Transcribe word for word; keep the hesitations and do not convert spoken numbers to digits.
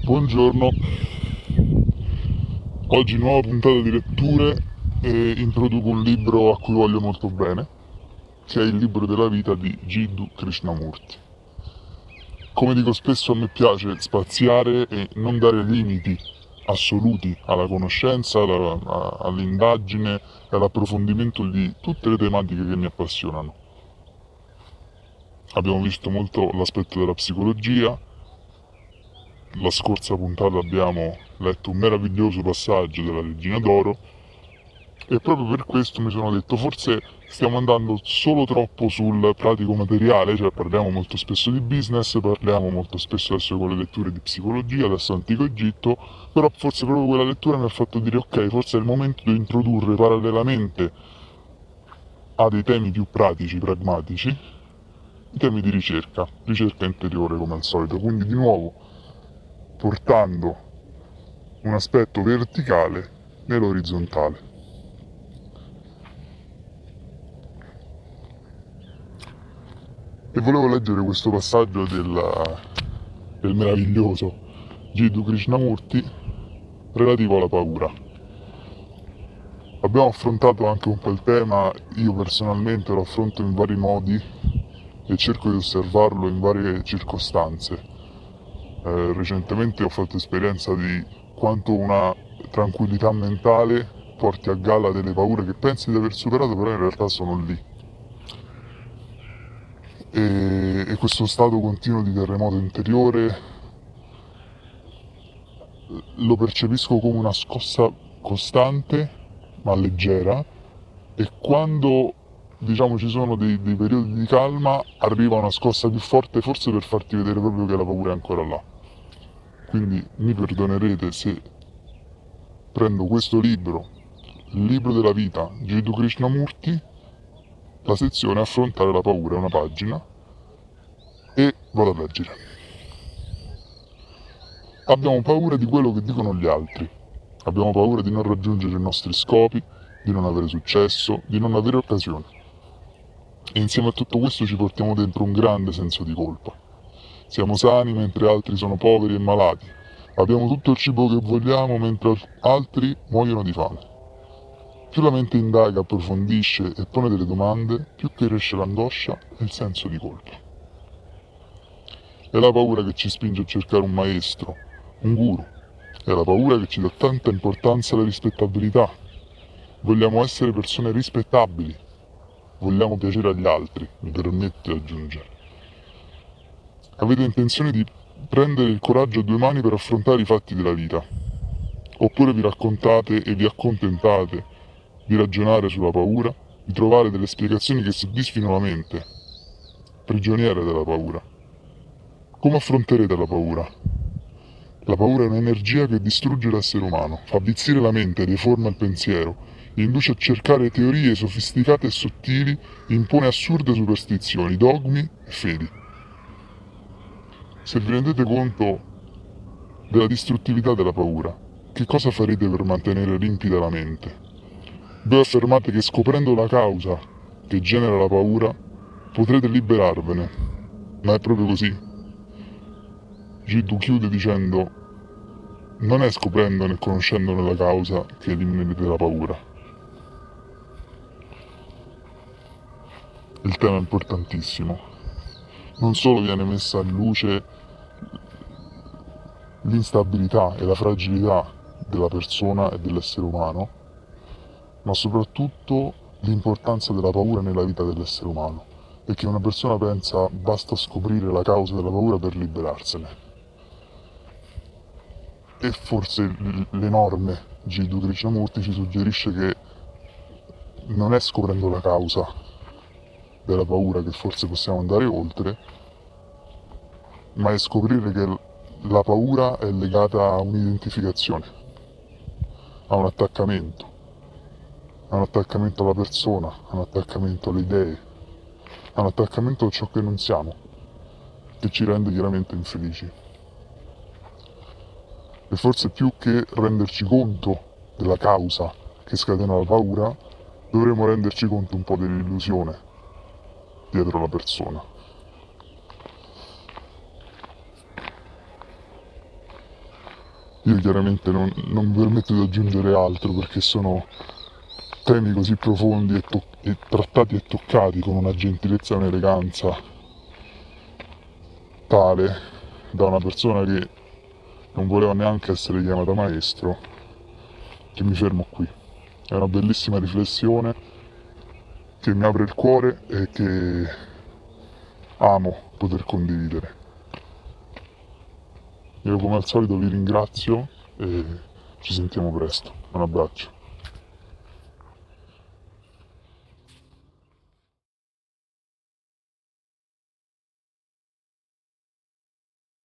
Buongiorno, oggi nuova puntata di letture e introduco un libro a cui voglio molto bene, che è il libro della vita di Jiddu Krishnamurti. Come dico spesso, a me piace spaziare e non dare limiti assoluti alla conoscenza, alla, a, all'indagine e all'approfondimento di tutte le tematiche che mi appassionano. Abbiamo visto molto l'aspetto della psicologia. La scorsa puntata abbiamo letto un meraviglioso passaggio della Regina d'Oro e proprio per questo mi sono detto forse stiamo andando solo troppo sul pratico materiale, cioè parliamo molto spesso di business, parliamo molto spesso adesso con le letture di psicologia, adesso Antico Egitto, però forse proprio quella lettura mi ha fatto dire ok, forse è il momento di introdurre parallelamente a dei temi più pratici, pragmatici, i temi di ricerca, ricerca interiore come al solito, quindi di nuovo portando un aspetto verticale nell'orizzontale. E volevo leggere questo passaggio del, del meraviglioso Jiddu Krishnamurti relativo alla paura. Abbiamo affrontato anche un po' il tema, io personalmente lo affronto in vari modi e cerco di osservarlo in varie circostanze. Eh, recentemente ho fatto esperienza di quanto una tranquillità mentale porti a galla delle paure che pensi di aver superato, però in realtà sono lì. E, e questo stato continuo di terremoto interiore lo percepisco come una scossa costante ma leggera, e quando diciamo ci sono dei, dei periodi di calma arriva una scossa più forte, forse per farti vedere proprio che la paura è ancora là. Quindi mi perdonerete se prendo questo libro, il libro della vita, Jiddu Krishnamurti, la sezione affrontare la paura, è una pagina, e vado a leggere. Abbiamo paura di quello che dicono gli altri, abbiamo paura di non raggiungere i nostri scopi, di non avere successo, di non avere occasioni. E insieme a tutto questo ci portiamo dentro un grande senso di colpa. Siamo sani mentre altri sono poveri e malati. Abbiamo tutto il cibo che vogliamo mentre altri muoiono di fame. Più la mente indaga, approfondisce e pone delle domande, più cresce l'angoscia e il senso di colpa. È la paura che ci spinge a cercare un maestro, un guru. È la paura che ci dà tanta importanza alla rispettabilità. Vogliamo essere persone rispettabili. Vogliamo piacere agli altri, mi permetto di aggiungere. Avete intenzione di prendere il coraggio a due mani per affrontare i fatti della vita? Oppure vi raccontate e vi accontentate di ragionare sulla paura, di trovare delle spiegazioni che soddisfino la mente, prigioniera della paura? Come affronterete la paura? La paura è un'energia che distrugge l'essere umano, fa avvizzire la mente, deforma il pensiero, induce a cercare teorie sofisticate e sottili, impone assurde superstizioni, dogmi e fedi. Se vi rendete conto della distruttività della paura, che cosa farete per mantenere limpida la mente? Voi affermate che scoprendo la causa che genera la paura potrete liberarvene, ma è proprio così? Jiddu chiude dicendo: non è scoprendone e conoscendone la causa che eliminerete la paura. Il tema è importantissimo. Non solo viene messa in luce l'instabilità e la fragilità della persona e dell'essere umano, ma soprattutto l'importanza della paura nella vita dell'essere umano, e che una persona pensa basta scoprire la causa della paura per liberarsene. E forse l'enorme Jiddu Krishnamurti ci suggerisce che non è scoprendo la causa della paura che forse possiamo andare oltre, ma è scoprire che la paura è legata a un'identificazione, a un attaccamento, a un attaccamento alla persona, a un attaccamento alle idee, a un attaccamento a ciò che non siamo, che ci rende chiaramente infelici. E forse più che renderci conto della causa che scatena la paura, dovremmo renderci conto un po' dell'illusione dietro la persona. Io chiaramente non, non mi permetto di aggiungere altro perché sono temi così profondi e, to- e trattati e toccati con una gentilezza e un'eleganza tale da una persona che non voleva neanche essere chiamata maestro, che mi fermo qui. È una bellissima riflessione che mi apre il cuore e che amo poter condividere. Io come al solito vi ringrazio e ci sentiamo presto. Un abbraccio.